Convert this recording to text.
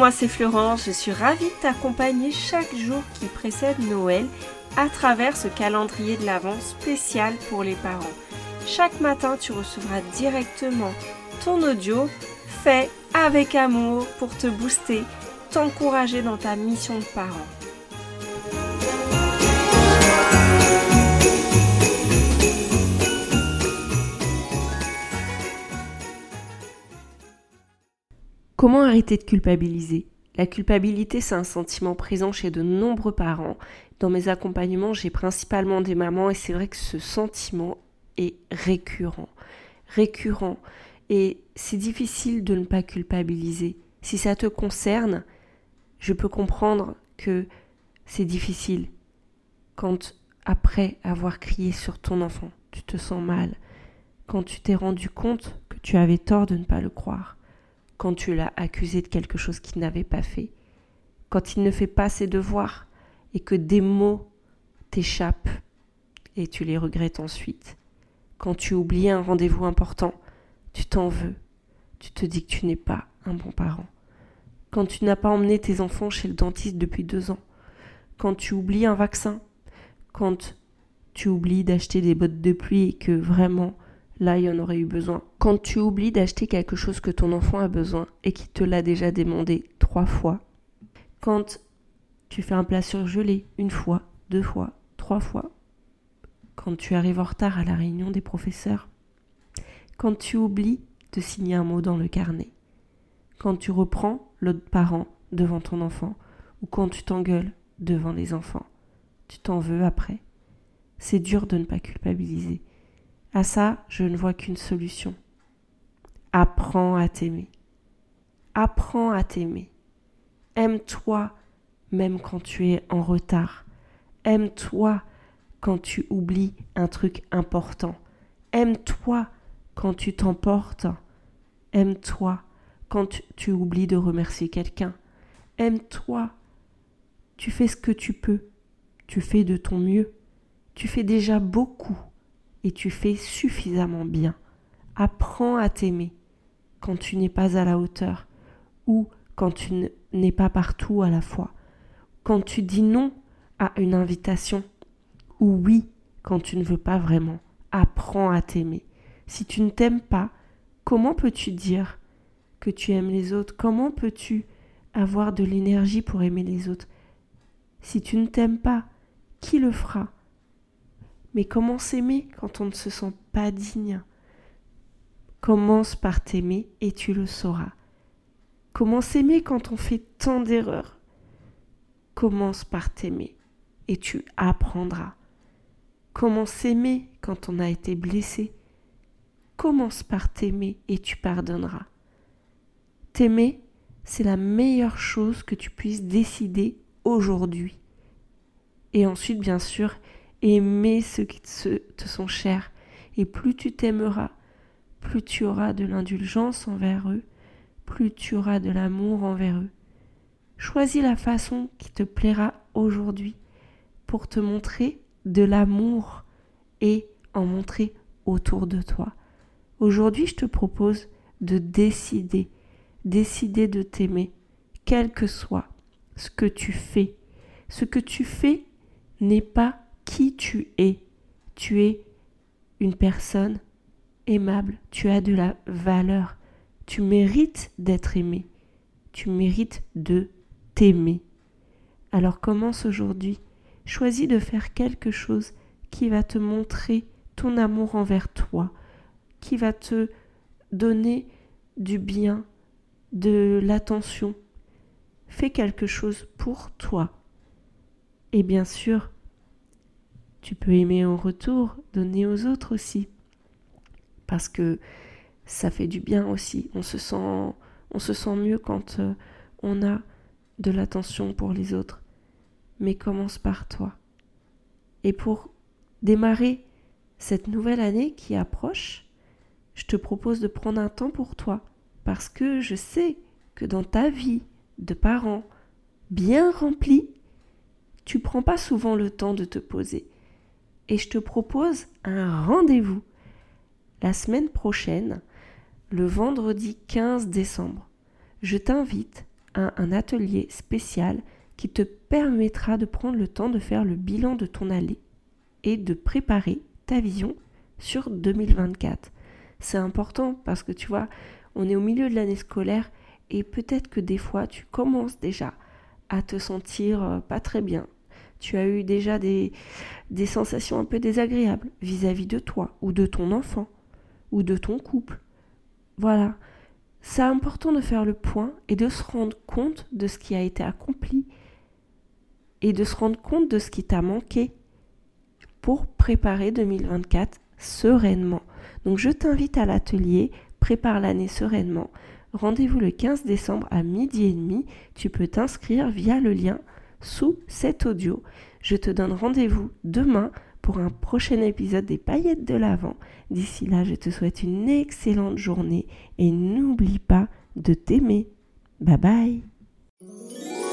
moi c'est Florence, je suis ravie de t'accompagner chaque jour qui précède Noël à travers ce calendrier de l'Avent spécial pour les parents. Chaque matin, tu recevras directement ton audio fait avec amour pour te booster, t'encourager dans ta mission de parent. Comment arrêter de culpabiliser ? La culpabilité, c'est un sentiment présent chez de nombreux parents. Dans mes accompagnements, j'ai principalement des mamans et c'est vrai que ce sentiment est récurrent. Et c'est difficile de ne pas culpabiliser. Si ça te concerne, je peux comprendre que c'est difficile. Quand, après avoir crié sur ton enfant, tu te sens mal. Quand tu t'es rendu compte que tu avais tort de ne pas le croire. Quand tu l'as accusé de quelque chose qu'il n'avait pas fait, quand il ne fait pas ses devoirs et que des mots t'échappent et tu les regrettes ensuite, quand tu oublies un rendez-vous important, tu t'en veux, tu te dis que tu n'es pas un bon parent, quand tu n'as pas emmené tes enfants chez le dentiste depuis 2 ans, quand tu oublies un vaccin, quand tu oublies d'acheter des bottes de pluie et que vraiment là, il y en aurait eu besoin. Quand tu oublies d'acheter quelque chose que ton enfant a besoin et qu'il te l'a déjà demandé 3 fois. Quand tu fais un plat surgelé 1 fois, 2 fois, 3 fois. Quand tu arrives en retard à la réunion des professeurs. Quand tu oublies de signer un mot dans le carnet. Quand tu reprends l'autre parent devant ton enfant. Ou quand tu t'engueules devant les enfants. Tu t'en veux après. C'est dur de ne pas culpabiliser. À ça, je ne vois qu'une solution. Apprends à t'aimer. Apprends à t'aimer. Aime-toi même quand tu es en retard. Aime-toi quand tu oublies un truc important. Aime-toi quand tu t'emportes. Aime-toi quand tu oublies de remercier quelqu'un. Aime-toi. Tu fais ce que tu peux. Tu fais de ton mieux. Tu fais déjà beaucoup. Et tu fais suffisamment bien. Apprends à t'aimer quand tu n'es pas à la hauteur ou quand tu n'es pas partout à la fois. Quand tu dis non à une invitation ou oui quand tu ne veux pas vraiment. Apprends à t'aimer. Si tu ne t'aimes pas, comment peux-tu dire que tu aimes les autres ? Comment peux-tu avoir de l'énergie pour aimer les autres ? Si tu ne t'aimes pas, qui le fera ? Mais comment s'aimer quand on ne se sent pas digne ? Commence par t'aimer et tu le sauras. Comment s'aimer quand on fait tant d'erreurs ? Commence par t'aimer et tu apprendras. Comment s'aimer quand on a été blessé ? Commence par t'aimer et tu pardonneras. T'aimer, c'est la meilleure chose que tu puisses décider aujourd'hui. Et ensuite, bien sûr, aimer ceux qui te sont chers. Et plus tu t'aimeras, plus tu auras de l'indulgence envers eux, plus tu auras de l'amour envers eux. Choisis la façon qui te plaira aujourd'hui pour te montrer de l'amour et en montrer autour de toi. Aujourd'hui, je te propose de décider de t'aimer, quel que soit ce que tu fais. Ce que tu fais n'est pas qui tu es. Tu es une personne aimable, tu as de la valeur, tu mérites d'être aimé, tu mérites de t'aimer. Alors commence aujourd'hui, choisis de faire quelque chose qui va te montrer ton amour envers toi, qui va te donner du bien, de l'attention. Fais quelque chose pour toi. Et bien sûr, tu peux aimer en retour, donner aux autres aussi. Parce que ça fait du bien aussi. On se sent mieux quand on a de l'attention pour les autres. Mais commence par toi. Et pour démarrer cette nouvelle année qui approche, je te propose de prendre un temps pour toi. Parce que je sais que dans ta vie de parent bien remplie, tu prends pas souvent le temps de te poser. Et je te propose un rendez-vous la semaine prochaine, le vendredi 15 décembre. Je t'invite à un atelier spécial qui te permettra de prendre le temps de faire le bilan de ton année et de préparer ta vision sur 2024. C'est important parce que tu vois, on est au milieu de l'année scolaire et peut-être que des fois tu commences déjà à te sentir pas très bien. Tu as eu déjà des sensations un peu désagréables vis-à-vis de toi ou de ton enfant ou de ton couple. Voilà, c'est important de faire le point et de se rendre compte de ce qui a été accompli et de se rendre compte de ce qui t'a manqué pour préparer 2024 sereinement. Donc je t'invite à l'atelier Prépare l'année sereinement. Rendez-vous le 15 décembre à 12h30. Tu peux t'inscrire via le lien sous cet audio. Je te donne rendez-vous demain pour un prochain épisode des Paillettes de l'Avent. D'ici là, je te souhaite une excellente journée et n'oublie pas de t'aimer. Bye bye.